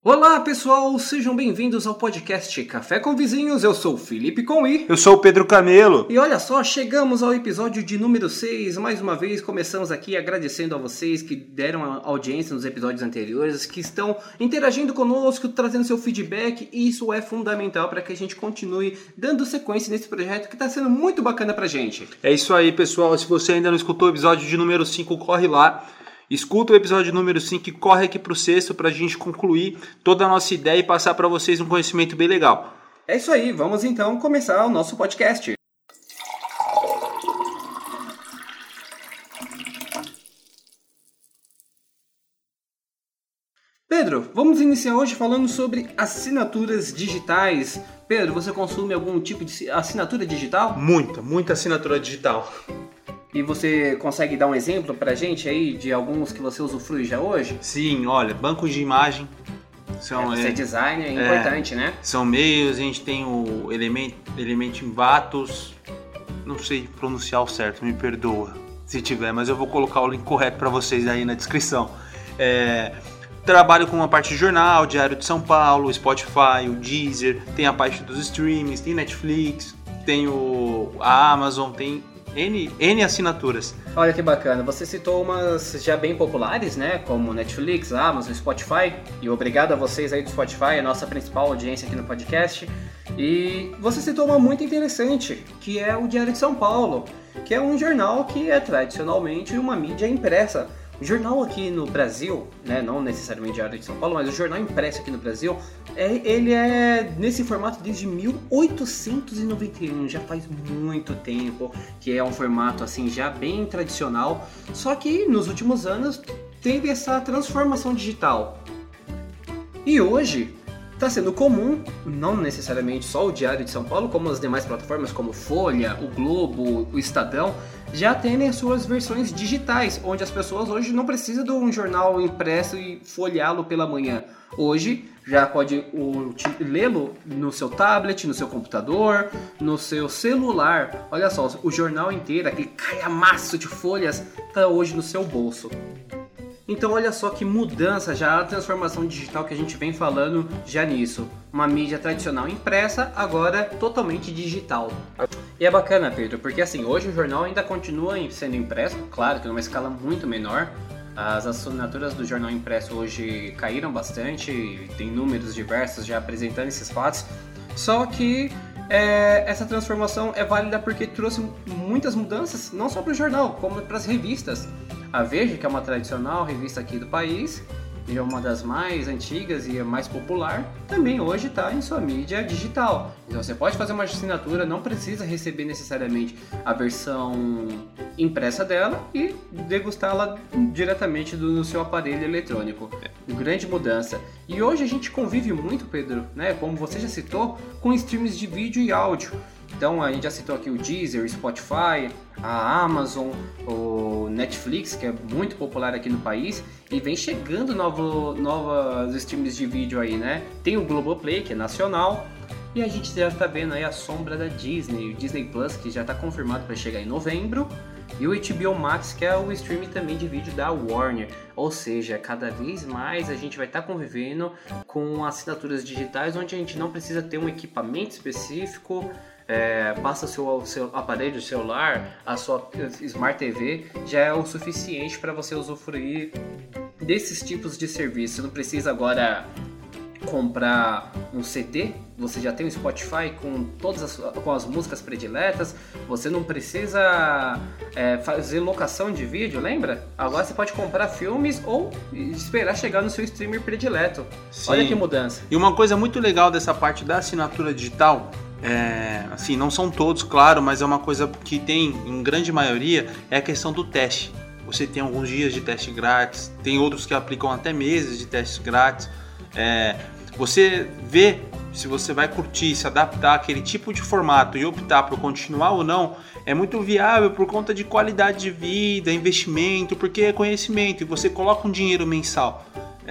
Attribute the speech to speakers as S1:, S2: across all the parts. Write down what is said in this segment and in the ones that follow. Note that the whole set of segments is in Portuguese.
S1: Olá pessoal, sejam bem-vindos ao podcast Café com Vizinhos, eu sou o Felipe Conwi.
S2: Eu sou o Pedro Camelo.
S1: E olha só, chegamos ao episódio de número 6, mais uma vez começamos aqui agradecendo a vocês que deram audiência nos episódios anteriores, que estão interagindo conosco, trazendo seu feedback, e isso é fundamental para que a gente continue dando sequência nesse projeto que está sendo muito bacana pra gente.
S2: É isso aí pessoal, se você ainda não escutou o episódio de número 5, corre lá. Escuta o episódio número 5 e corre aqui pro sexto pra gente concluir toda a nossa ideia e passar para vocês um conhecimento bem legal.
S1: É isso aí, vamos então começar o nosso podcast. Pedro, vamos iniciar hoje falando sobre assinaturas digitais. Pedro, você consome algum tipo de assinatura digital?
S2: Muita assinatura digital.
S1: E você consegue dar um exemplo pra gente aí de alguns que você usufrui já hoje?
S2: Sim, olha, bancos de imagem.
S1: Você é designer, é importante, né?
S2: São meios, a gente tem o Element Invatos, não sei pronunciar o certo, me perdoa se tiver, mas eu vou colocar o link correto para vocês aí na descrição. Trabalho com a parte de jornal, Diário de São Paulo, Spotify, o Deezer, tem a parte dos streamings, tem Netflix, tem a Amazon, tem N assinaturas.
S1: Olha que bacana, você citou umas já bem populares, né, como Netflix, Amazon, Spotify, e obrigado a vocês aí do Spotify, a nossa principal audiência aqui no podcast. E você citou uma muito interessante, que é o Diário de São Paulo, que é um jornal que é tradicionalmente uma mídia impressa. O jornal aqui no Brasil, né, não necessariamente Diário de São Paulo, mas o jornal impresso aqui no Brasil, ele é nesse formato desde 1891, já faz muito tempo, que é um formato assim já bem tradicional, só que nos últimos anos teve essa transformação digital. E hoje está sendo comum, não necessariamente só o Diário de São Paulo, como as demais plataformas como Folha, o Globo, o Estadão, já terem as suas versões digitais, onde as pessoas hoje não precisam de um jornal impresso e folheá-lo pela manhã. Hoje já pode lê-lo no seu tablet, no seu computador, no seu celular. Olha só, o jornal inteiro, aquele calhamaço de folhas, está hoje no seu bolso. Então olha só que mudança, já a transformação digital que a gente vem falando já nisso. Uma mídia tradicional impressa, agora totalmente digital. E é bacana, Pedro, porque assim, hoje o jornal ainda continua sendo impresso, claro que numa escala muito menor. As assinaturas do jornal impresso hoje caíram bastante, tem números diversos já apresentando esses fatos. Só que essa transformação é válida porque trouxe muitas mudanças, não só para o jornal, como para as revistas. A Veja, que é uma tradicional revista aqui do país, e é uma das mais antigas e a mais popular, também hoje está em sua mídia digital. Então você pode fazer uma assinatura, não precisa receber necessariamente a versão impressa dela e degustá-la diretamente no seu aparelho eletrônico. Grande mudança. E hoje a gente convive muito, Pedro, né, como você já citou, com streams de vídeo e áudio. Então a gente já citou aqui o Deezer, o Spotify, a Amazon, o Netflix, que é muito popular aqui no país, e vem chegando novas streams de vídeo aí, né? Tem o Globoplay, que é nacional, e a gente já está vendo aí a sombra da Disney, o Disney Plus, que já está confirmado para chegar em novembro, e o HBO Max, que é o streaming também de vídeo da Warner. Ou seja, cada vez mais a gente vai estar convivendo com assinaturas digitais, onde a gente não precisa ter um equipamento específico. Basta o seu aparelho celular, a sua Smart TV, já é o suficiente para você usufruir desses tipos de serviço. Você não precisa agora comprar um CD, você já tem o Spotify com as músicas prediletas, você não precisa fazer locação de vídeo, lembra? Agora você pode comprar filmes ou esperar chegar no seu streamer predileto. Sim. Olha que mudança.
S2: E uma coisa muito legal dessa parte da assinatura digital, assim, não são todos, claro, mas é uma coisa que tem em grande maioria, é a questão do teste. Você tem alguns dias de teste grátis, tem outros que aplicam até meses de testes grátis. Você vê se você vai curtir, se adaptar àquele tipo de formato e optar por continuar ou não, é muito viável por conta de qualidade de vida, investimento, porque é conhecimento e você coloca um dinheiro mensal.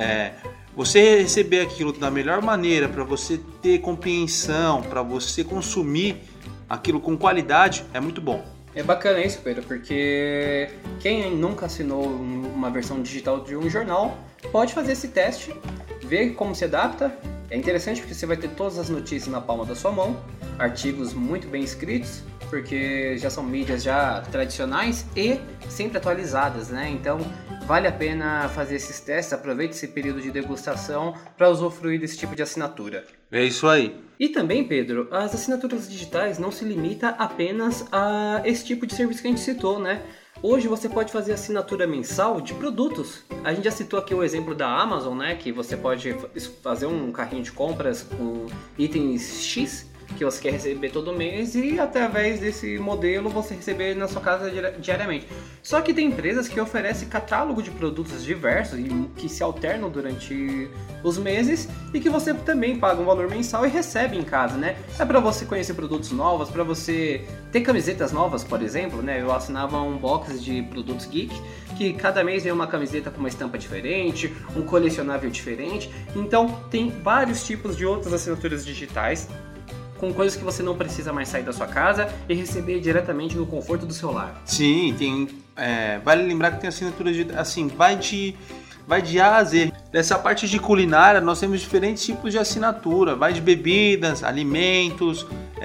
S2: Você receber aquilo da melhor maneira, para você ter compreensão, para você consumir aquilo com qualidade, é muito bom.
S1: É bacana isso, Pedro, porque quem nunca assinou uma versão digital de um jornal pode fazer esse teste vê como se adapta. É interessante porque você vai ter todas as notícias na palma da sua mão, artigos muito bem escritos, porque já são mídias já tradicionais e sempre atualizadas, né? Então vale a pena fazer esses testes, aproveite esse período de degustação para usufruir desse tipo de assinatura.
S2: É isso aí.
S1: E também, Pedro, as assinaturas digitais não se limitam apenas a esse tipo de serviço que a gente citou, né? Hoje você pode fazer assinatura mensal de produtos. A gente já citou aqui o exemplo da Amazon, né? Que você pode fazer um carrinho de compras com itens X que você quer receber todo mês e através desse modelo você receber na sua casa diariamente. Só que tem empresas que oferecem catálogo de produtos diversos e que se alternam durante os meses e que você também paga um valor mensal e recebe em casa, né? É para você conhecer produtos novos, para você ter camisetas novas, por exemplo, né? Eu assinava um box de produtos geek que cada mês vem uma camiseta com uma estampa diferente, um colecionável diferente. Então tem vários tipos de outras assinaturas digitais com coisas que você não precisa mais sair da sua casa e receber diretamente no conforto do seu lar.
S2: Sim, tem. Vale lembrar que tem assinatura de. Assim, vai de A a Z. Nessa parte de culinária, nós temos diferentes tipos de assinatura. Vai de bebidas, alimentos,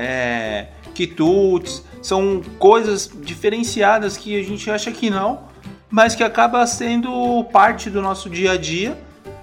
S2: quitutes. São coisas diferenciadas que a gente acha que não, mas que acaba sendo parte do nosso dia a dia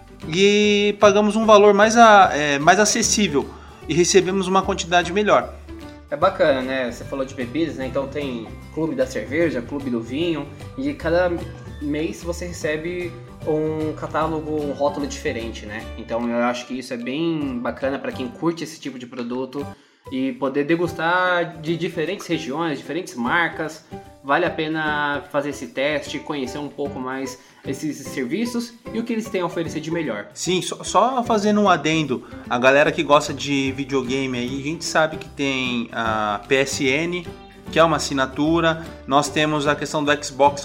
S2: e pagamos um valor mais acessível e recebemos uma quantidade melhor.
S1: É bacana, né? Você falou de bebidas, né? Então tem clube da cerveja, clube do vinho, e cada mês você recebe um catálogo, um rótulo diferente, né? Então eu acho que isso é bem bacana para quem curte esse tipo de produto e poder degustar de diferentes regiões, diferentes marcas. Vale a pena fazer esse teste, conhecer um pouco mais esses serviços e o que eles têm a oferecer de melhor.
S2: Sim, só fazendo um adendo, a galera que gosta de videogame aí, a gente sabe que tem a PSN, que é uma assinatura, nós temos a questão do Xbox,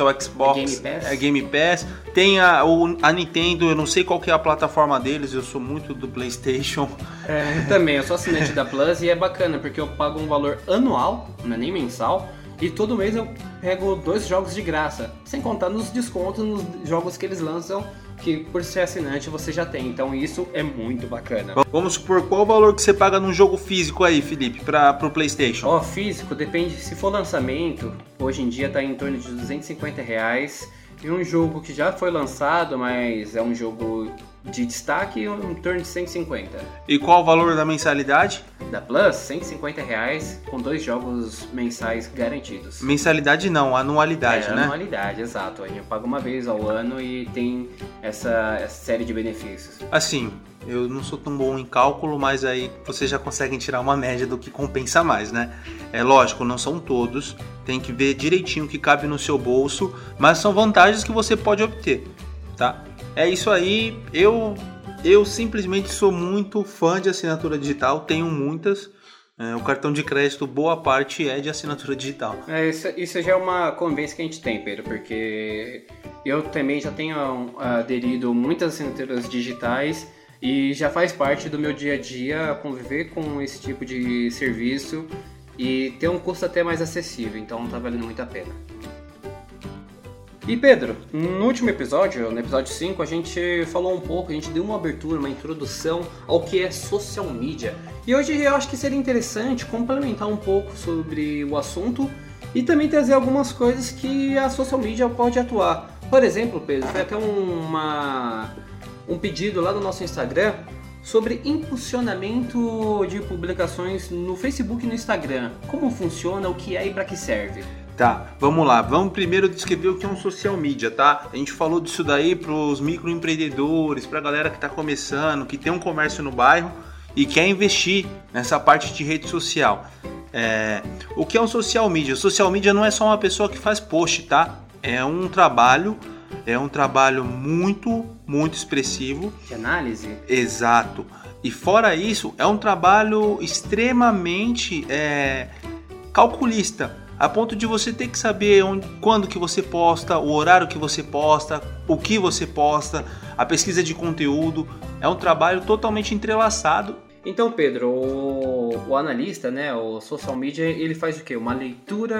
S2: Game Pass, tem a Nintendo, eu não sei qual que é a plataforma deles, eu sou muito do PlayStation.
S1: Também, eu sou assinante da Plus e é bacana, porque eu pago um valor anual, não é nem mensal, e todo mês eu pego 2 jogos de graça, sem contar nos descontos nos jogos que eles lançam, que por ser assinante você já tem, então isso é muito bacana.
S2: Vamos supor, qual o valor que você paga num jogo físico aí, Felipe, pro PlayStation?
S1: Físico, depende, se for lançamento, hoje em dia tá em torno de R$250, e um jogo que já foi lançado, mas é um jogo de destaque, em torno de 150.
S2: E qual o valor da mensalidade?
S1: Da Plus, R$150 com 2 jogos mensais garantidos.
S2: Mensalidade não, anualidade, né?
S1: Anualidade, exato. A gente paga uma vez ao ano e tem essa série de benefícios.
S2: Assim, eu não sou tão bom em cálculo, mas aí vocês já conseguem tirar uma média do que compensa mais, né? É lógico, não são todos, tem que ver direitinho o que cabe no seu bolso, mas são vantagens que você pode obter, tá? É isso aí, eu simplesmente sou muito fã de assinatura digital, tenho muitas. O cartão de crédito, boa parte é de assinatura digital.
S1: Isso já é uma convivência que a gente tem, Pedro, porque eu também já tenho aderido muitas assinaturas digitais e já faz parte do meu dia a dia conviver com esse tipo de serviço e ter um custo até mais acessível, então tá valendo muito a pena. E Pedro, no último episódio, no episódio 5, a gente falou um pouco, a gente deu uma abertura, uma introdução ao que é social media. E hoje eu acho que seria interessante complementar um pouco sobre o assunto e também trazer algumas coisas que a social media pode atuar. Por exemplo, Pedro, foi até um pedido lá no nosso Instagram sobre impulsionamento de publicações no Facebook e no Instagram. Como funciona, o que é e para que serve?
S2: Tá, vamos lá. Vamos primeiro descrever o que é um social media, tá? A gente falou disso daí para os microempreendedores, para a galera que está começando, que tem um comércio no bairro e quer investir nessa parte de rede social. O que é um social media? Social media não é só uma pessoa que faz post, tá? É um trabalho muito, muito expressivo.
S1: De análise?
S2: Exato. E fora isso, é um trabalho extremamente calculista. A ponto de você ter que saber quando que você posta, o horário que você posta, o que você posta, a pesquisa de conteúdo. É um trabalho totalmente entrelaçado.
S1: Então, Pedro, o analista, né, o social media, ele faz o quê? Uma leitura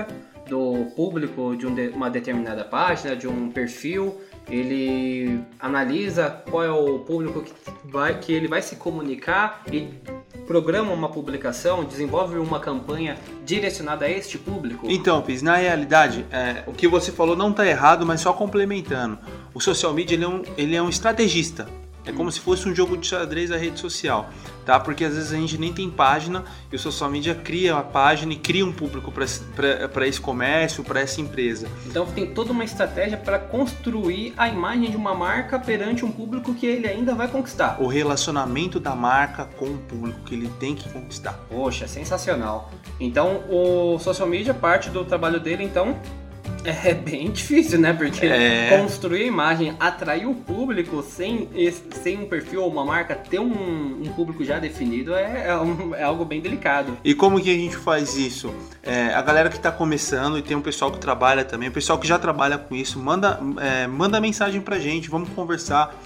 S1: do público de uma determinada página, de um perfil, ele analisa qual é o público que ele vai se comunicar e programa uma publicação, desenvolve uma campanha direcionada a este público?
S2: Então, Pis, na realidade, o que você falou não está errado, mas só complementando. O social media ele é um estrategista. É como se fosse um jogo de xadrez a rede social, tá? Porque às vezes a gente nem tem página e o social media cria a página e cria um público para esse comércio, para essa empresa.
S1: Então tem toda uma estratégia para construir a imagem de uma marca perante um público que ele ainda vai conquistar.
S2: O relacionamento da marca com o público que ele tem que conquistar.
S1: Poxa, sensacional. Então o social media, parte do trabalho dele, então, é bem difícil, né? Porque construir a imagem, atrair o público sem um perfil ou uma marca, ter um público já definido é algo bem delicado.
S2: E como que a gente faz isso? A galera que está começando, e tem um pessoal que trabalha também, o pessoal que já trabalha com isso, manda mensagem pra gente, vamos conversar.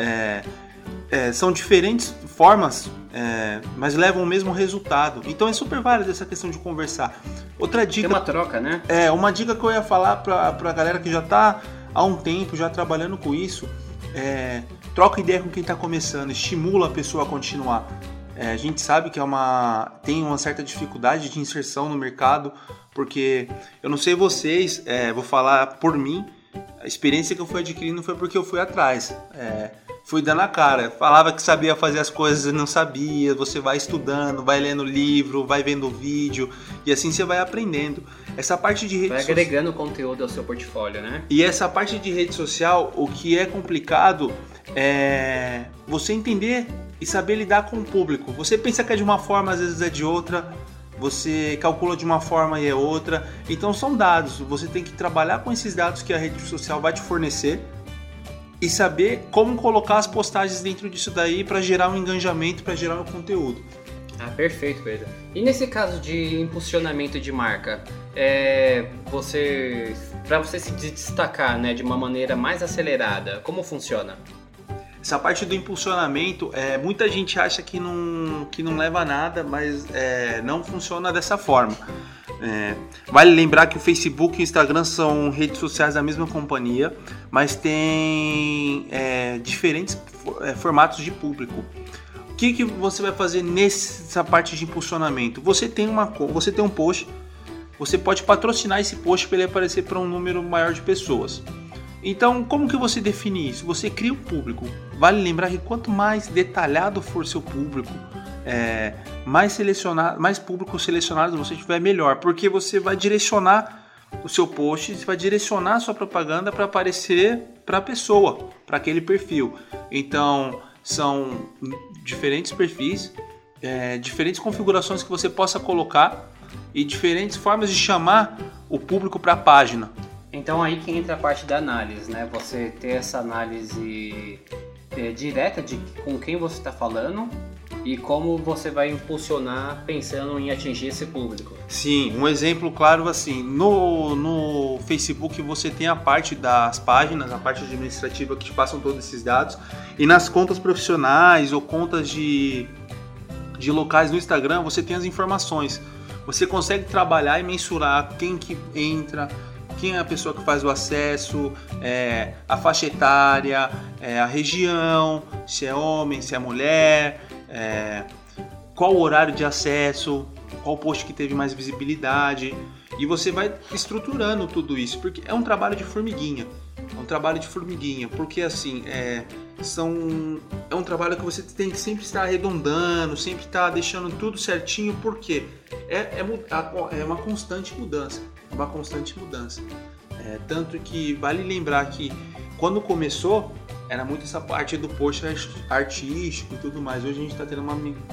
S2: São diferentes formas, mas levam o mesmo resultado. Então é super válido essa questão de conversar. Outra dica...
S1: Tem uma troca, né?
S2: Uma dica que eu ia falar pra galera que já tá há um tempo já trabalhando com isso, troca ideia com quem tá começando, estimula a pessoa a continuar. A gente sabe que tem uma certa dificuldade de inserção no mercado, porque eu não sei vocês, vou falar por mim, a experiência que eu fui adquirindo foi porque eu fui atrás. Fui dando a cara, falava que sabia fazer as coisas e não sabia, você vai estudando, vai lendo livro, vai vendo vídeo e assim você vai aprendendo. Essa parte de rede
S1: vai agregando conteúdo ao seu portfólio, né?
S2: E essa parte de rede social, o que é complicado é você entender e saber lidar com o público. Você pensa que é de uma forma, às vezes é de outra, você calcula de uma forma e é outra. Então são dados, você tem que trabalhar com esses dados que a rede social vai te fornecer e saber como colocar as postagens dentro disso daí para gerar um engajamento, para gerar um conteúdo.
S1: Perfeito, Pedro. E nesse caso de impulsionamento de marca, para você se destacar, né, de uma maneira mais acelerada, como funciona?
S2: Essa parte do impulsionamento, muita gente acha que não leva a nada, mas não funciona dessa forma. Vale lembrar que o Facebook e o Instagram são redes sociais da mesma companhia, mas tem diferentes formatos de público. O que você vai fazer nessa parte de impulsionamento? Você tem um post, você pode patrocinar esse post para ele aparecer para um número maior de pessoas. Então, como que você define isso? Você cria um público. Vale lembrar que quanto mais detalhado for seu público, mais públicos selecionados você tiver, melhor. Porque você vai direcionar o seu post, você vai direcionar a sua propaganda para aparecer para a pessoa, para aquele perfil. Então, são diferentes perfis, diferentes configurações que você possa colocar e diferentes formas de chamar o público para a página.
S1: Então aí que entra a parte da análise, né? Você ter essa análise direta com quem você está falando e como você vai impulsionar pensando em atingir esse público.
S2: Sim, um exemplo claro assim, no Facebook você tem a parte das páginas, a parte administrativa que te passam todos esses dados, e nas contas profissionais ou contas de locais no Instagram você tem as informações. Você consegue trabalhar e mensurar quem que entra, quem é a pessoa que faz o acesso, a faixa etária, a região, se é homem, se é mulher, qual o horário de acesso, qual post que teve mais visibilidade. E você vai estruturando tudo isso, porque é um trabalho de formiguinha. Porque assim, é um trabalho que você tem que sempre estar arredondando, sempre estar deixando tudo certinho, porque é uma constante mudança. Tanto que vale lembrar que quando começou era muito essa parte do post artístico e tudo mais. Hoje a gente está tendo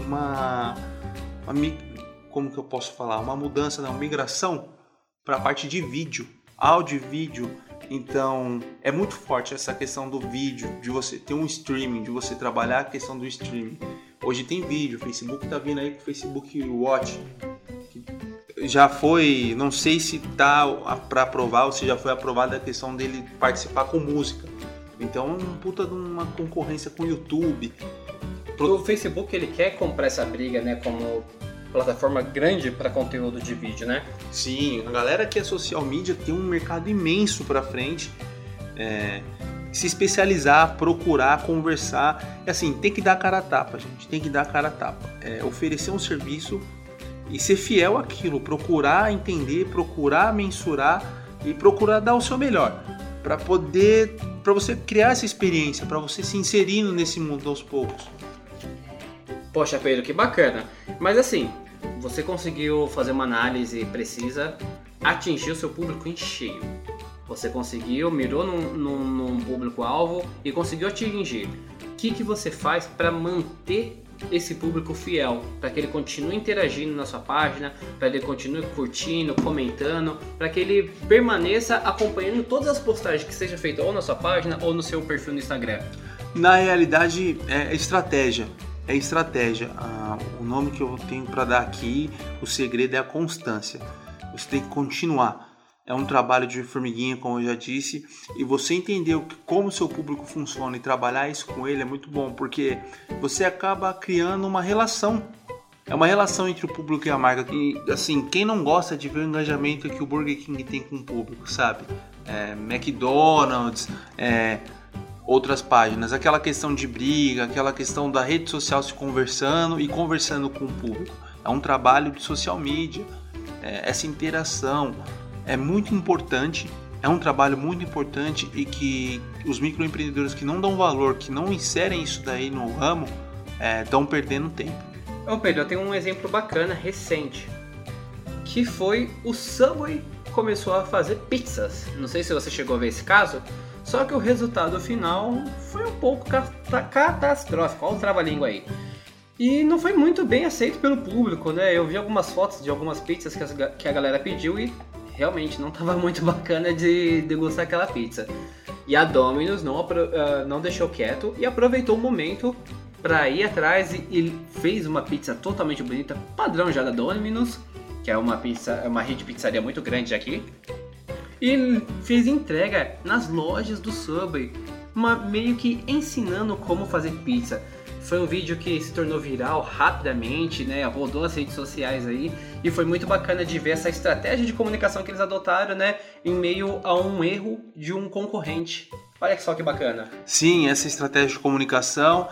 S2: como que eu posso falar? Uma mudança, uma migração para a parte de vídeo, áudio e vídeo. Então é muito forte essa questão do vídeo, de você ter um streaming, de você trabalhar a questão do streaming. Hoje tem vídeo, o Facebook está vindo aí com o Facebook Watch, já foi, não sei se tá para aprovar ou se já foi aprovada a questão dele participar com música. Então é um puta de uma concorrência com o YouTube.
S1: O Facebook ele quer comprar essa briga, né? Como plataforma grande para conteúdo de vídeo, né?
S2: Sim, a galera que é social media tem um mercado imenso para frente. Se especializar, procurar, conversar. E assim, tem que dar cara a tapa, gente. Tem que dar cara a tapa. Oferecer um serviço e ser fiel àquilo. Procurar entender, procurar mensurar e procurar dar o seu melhor. Para você criar essa experiência, para você se inserindo nesse mundo aos poucos.
S1: Poxa, Pedro, que bacana. Mas assim, você conseguiu fazer uma análise precisa, atingir o seu público em cheio. Você conseguiu, mirou num público-alvo e conseguiu atingir. O que você faz para manter esse público fiel? Para que ele continue interagindo na sua página, para ele continue curtindo, comentando, para que ele permaneça acompanhando todas as postagens que seja feita ou na sua página ou no seu perfil no Instagram?
S2: Na realidade, é estratégia. É estratégia. O nome que eu tenho para dar aqui, o segredo é a constância. Você tem que continuar. É um trabalho de formiguinha, como eu já disse, e você entender como o seu público funciona e trabalhar isso com ele é muito bom, porque você acaba criando uma relação. É uma relação entre o público e a marca. E assim, quem não gosta de ver o engajamento que o Burger King tem com o público, sabe? McDonald's, outras páginas, aquela questão de briga, aquela questão da rede social se conversando e conversando com o público. É um trabalho de social media, essa interação é muito importante, é um trabalho muito importante e que os microempreendedores que não dão valor, que não inserem isso daí no ramo, estão perdendo tempo.
S1: Ô Pedro, eu tenho um exemplo bacana, recente, que foi o Subway começou a fazer pizzas. Não sei se você chegou a ver esse caso, só que o resultado final foi um pouco catastrófico. Olha o trava-língua aí. E não foi muito bem aceito pelo público, né? Eu vi algumas fotos de algumas pizzas que a galera pediu e realmente não estava muito bacana de degustar aquela pizza. E a Domino's não deixou quieto e aproveitou o momento para ir atrás e fez uma pizza totalmente bonita, padrão já da Domino's, que é uma rede de pizzaria muito grande aqui. E fez entrega nas lojas do Subway, meio que ensinando como fazer pizza. Foi um vídeo que se tornou viral rapidamente, né? Rodou as redes sociais aí e foi muito bacana de ver essa estratégia de comunicação que eles adotaram, né? Em meio a um erro de um concorrente. Olha só que bacana.
S2: Sim, essa estratégia de comunicação,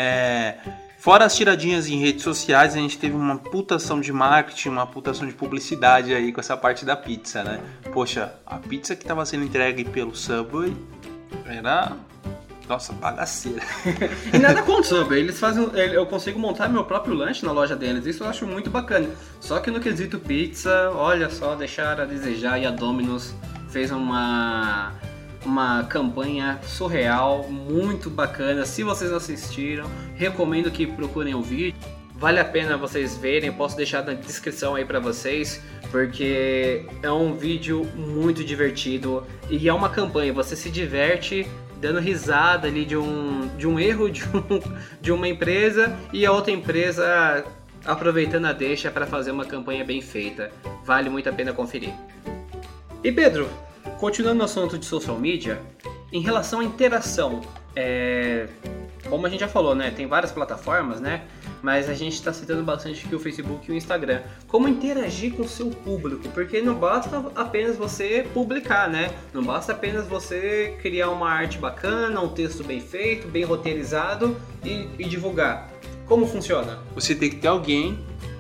S2: fora as tiradinhas em redes sociais, a gente teve uma putação de marketing, uma putação de publicidade aí com essa parte da pizza, né? Poxa, a pizza que estava sendo entregue pelo Subway era... Nossa, bagaceira.
S1: E nada contra o Subway, eu consigo montar meu próprio lanche na loja deles, isso eu acho muito bacana. Só que no quesito pizza, olha só, deixaram a desejar e a Domino's fez uma campanha surreal, muito bacana. Se vocês não assistiram, recomendo que procurem o vídeo. Vale a pena vocês verem, eu posso deixar na descrição aí pra vocês, porque é um vídeo muito divertido e é uma campanha, você se diverte dando risada ali de um erro de uma empresa e a outra empresa aproveitando a deixa para fazer uma campanha bem feita. Vale muito a pena conferir. E Pedro, continuando no assunto de social media, em relação à interação, como a gente já falou, né, tem várias plataformas, né, mas a gente está citando bastante aqui o Facebook e o Instagram. Como interagir com o seu público? Porque não basta apenas você publicar, né? Não basta apenas você criar uma arte bacana, um texto bem feito, bem roteirizado e divulgar. Como funciona?
S2: Você tem que ter alguém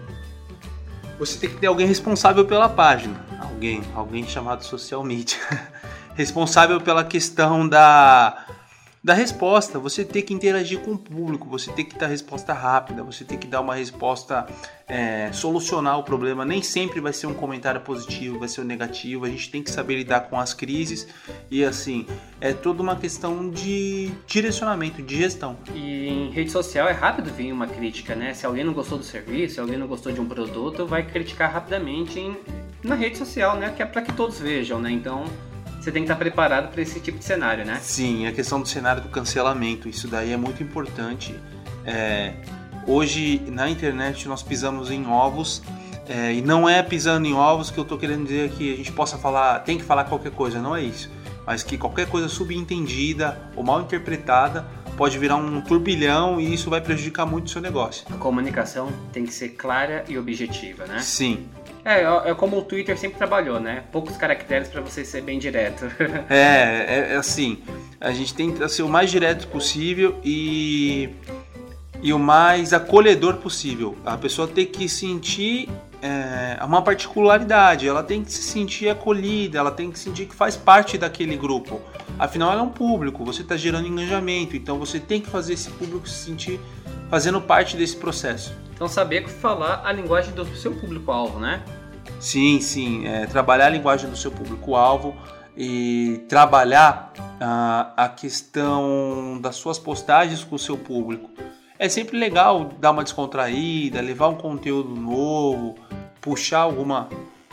S2: responsável pela página. Alguém chamado social media. Responsável pela questão da resposta. Você tem que interagir com o público, você tem que dar resposta rápida, você tem que dar uma resposta, solucionar o problema. Nem sempre vai ser um comentário positivo, vai ser um negativo. A gente tem que saber lidar com as crises e assim, é toda uma questão de direcionamento, de gestão.
S1: E em rede social é rápido vir uma crítica, né? Se alguém não gostou do serviço, se alguém não gostou de um produto, vai criticar rapidamente na rede social, né? Que é para que todos vejam, né? Então você tem que estar preparado para esse tipo de cenário, né?
S2: Sim, a questão do cenário do cancelamento, isso daí é muito importante. Hoje, na internet, nós pisamos em ovos, e não é pisando em ovos que eu estou querendo dizer que a gente possa falar, tem que falar qualquer coisa, não é isso. Mas que qualquer coisa subentendida ou mal interpretada pode virar um turbilhão e isso vai prejudicar muito o seu negócio.
S1: A comunicação tem que ser clara e objetiva, né?
S2: Sim.
S1: É como o Twitter sempre trabalhou, né? Poucos caracteres para você ser bem direto.
S2: É assim, a gente tenta ser o mais direto possível e o mais acolhedor possível. A pessoa tem que sentir uma particularidade, ela tem que se sentir acolhida, ela tem que sentir que faz parte daquele grupo. Afinal, ela é um público, você está gerando engajamento, então você tem que fazer esse público se sentir fazendo parte desse processo.
S1: Então saber falar a linguagem do seu público-alvo, né?
S2: Sim, trabalhar a linguagem do seu público-alvo e trabalhar a questão das suas postagens com o seu público. É sempre legal dar uma descontraída, levar um conteúdo novo, puxar alguma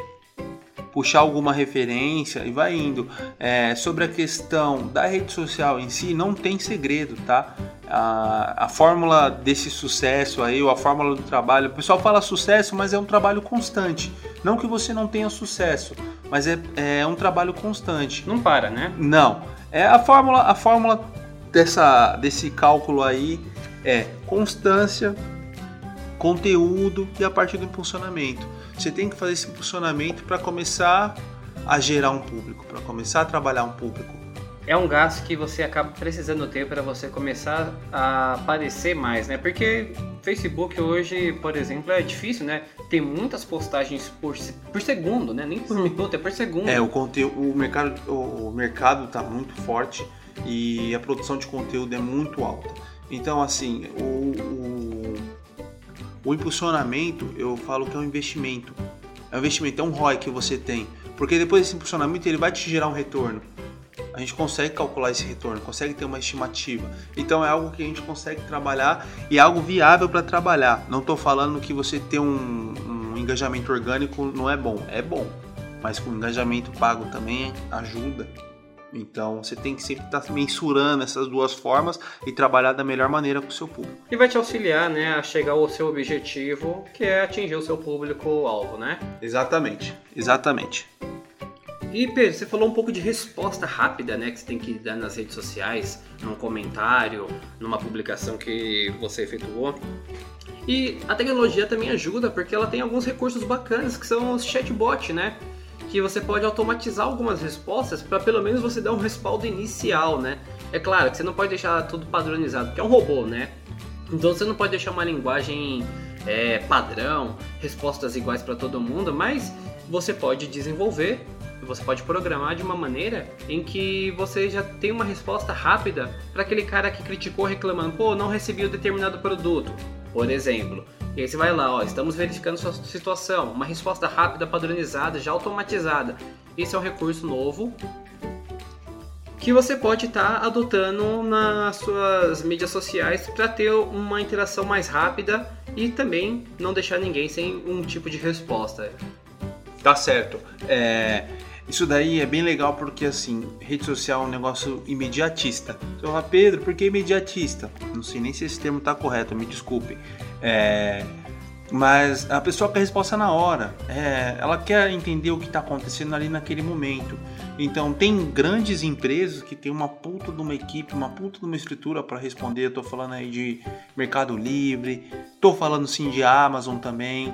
S2: referência e vai indo. Sobre a questão da rede social em si, não tem segredo, tá? A fórmula desse sucesso aí, ou a fórmula do trabalho, o pessoal fala sucesso, mas é um trabalho constante. Não que você não tenha sucesso, mas é um trabalho constante.
S1: Não para, né?
S2: Não. A fórmula desse cálculo aí é constância, conteúdo e a parte do impulsionamento. Você tem que fazer esse impulsionamento para começar a gerar um público, para começar a trabalhar um público.
S1: É um gasto que você acaba precisando ter para você começar a aparecer mais, né? Porque Facebook hoje, por exemplo, é difícil, né? Tem muitas postagens por segundo, né? Nem por minuto, é por segundo.
S2: O mercado está muito forte e a produção de conteúdo é muito alta. Então, assim, o impulsionamento, eu falo que é um investimento. É um investimento, é um ROI que você tem. Porque depois desse impulsionamento, ele vai te gerar um retorno. A gente consegue calcular esse retorno, consegue ter uma estimativa. Então é algo que a gente consegue trabalhar e é algo viável para trabalhar. Não estou falando que você ter um engajamento orgânico não é bom. É bom, mas com engajamento pago também ajuda. Então você tem que sempre estar mensurando essas duas formas e trabalhar da melhor maneira com o seu público.
S1: E vai te auxiliar, né, a chegar ao seu objetivo, que é atingir o seu público-alvo, né?
S2: Exatamente.
S1: E Pedro, você falou um pouco de resposta rápida, né, que você tem que dar nas redes sociais, num comentário, numa publicação que você efetuou. E a tecnologia também ajuda, porque ela tem alguns recursos bacanas, que são os chatbots, né? Que você pode automatizar algumas respostas para pelo menos você dar um respaldo inicial, né? É claro que você não pode deixar tudo padronizado, porque é um robô, né? Então você não pode deixar uma linguagem padrão, respostas iguais para todo mundo, mas você pode desenvolver, você pode programar de uma maneira em que você já tem uma resposta rápida para aquele cara que criticou reclamando, pô, não recebi o determinado produto, por exemplo. E aí você vai lá, estamos verificando sua situação, uma resposta rápida, padronizada, já automatizada. Esse é um recurso novo que você pode estar adotando nas suas mídias sociais para ter uma interação mais rápida e também não deixar ninguém sem um tipo de resposta.
S2: Tá certo. Isso daí é bem legal porque, assim, rede social é um negócio imediatista. Você fala, Pedro, por que imediatista? Não sei nem se esse termo está correto, me desculpem. Mas a pessoa quer resposta na hora. Ela quer entender o que está acontecendo ali naquele momento. Então, tem grandes empresas que tem uma puta de uma equipe, uma puta de uma estrutura para responder. Eu tô falando aí de Mercado Livre, tô falando sim de Amazon também.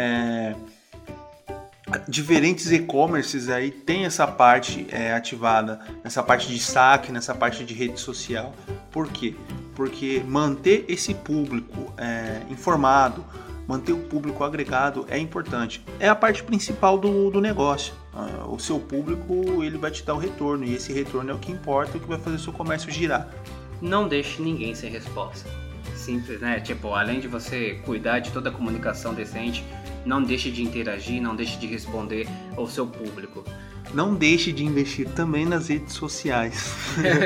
S2: Diferentes e-commerces aí tem essa parte ativada, nessa parte de saque, nessa parte de rede social. Por quê? Porque manter esse público informado, manter o público agregado é importante. É a parte principal do negócio. O seu público, ele vai te dar o retorno, e esse retorno é o que importa, é o que vai fazer o seu comércio girar.
S1: Não deixe ninguém sem resposta. Simples, né? Além de você cuidar de toda a comunicação decente, não deixe de interagir, não deixe de responder ao seu público.
S2: Não deixe de investir também nas redes sociais.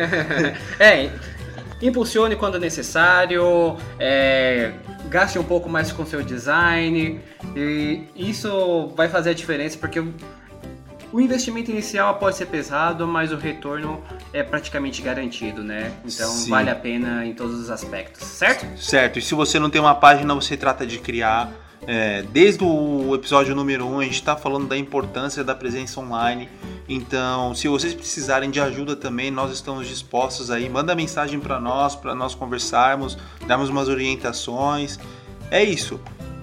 S1: Impulsione quando necessário, gaste um pouco mais com seu design, e isso vai fazer a diferença, porque o investimento inicial pode ser pesado, mas o retorno é praticamente garantido, né? Então Sim. Vale a pena em todos os aspectos, certo?
S2: Certo, e se você não tem uma página, você trata de criar. Desde o episódio número 1 a gente está falando da importância da presença online. Então, se vocês precisarem de ajuda também, nós estamos dispostos aí. Manda mensagem para nós conversarmos, darmos umas orientações. É isso.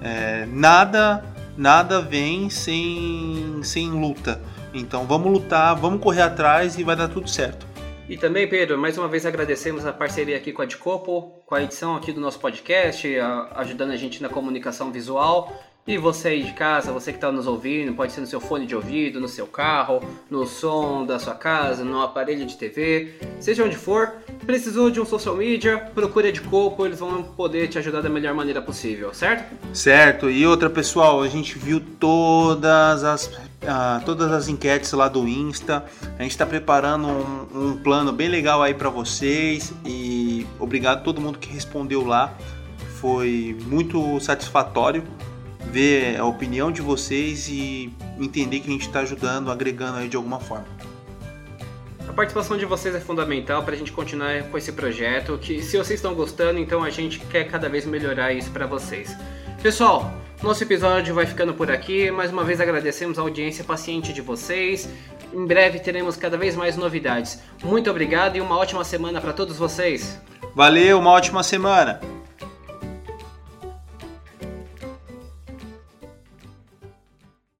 S2: Nada vem sem luta. Então vamos lutar, vamos correr atrás e vai dar tudo certo.
S1: E também, Pedro, mais uma vez agradecemos a parceria aqui com a Adcopo, com a edição aqui do nosso podcast, ajudando a gente na comunicação visual. E você aí de casa, você que está nos ouvindo, pode ser no seu fone de ouvido, no seu carro, no som da sua casa, no aparelho de TV, seja onde for, precisou de um social media, procure a Adcopo, eles vão poder te ajudar da melhor maneira possível, certo?
S2: Certo, e outra, pessoal, a gente viu todas as enquetes lá do Insta, a gente está preparando um plano bem legal aí para vocês e obrigado a todo mundo que respondeu lá, foi muito satisfatório ver a opinião de vocês e entender que a gente está ajudando, agregando aí de alguma forma.
S1: A participação de vocês é fundamental para a gente continuar com esse projeto, que se vocês estão gostando, então a gente quer cada vez melhorar isso para vocês. Pessoal, nosso episódio vai ficando por aqui, mais uma vez agradecemos a audiência paciente de vocês, em breve teremos cada vez mais novidades. Muito obrigado e uma ótima semana para todos vocês.
S2: Valeu, uma ótima semana!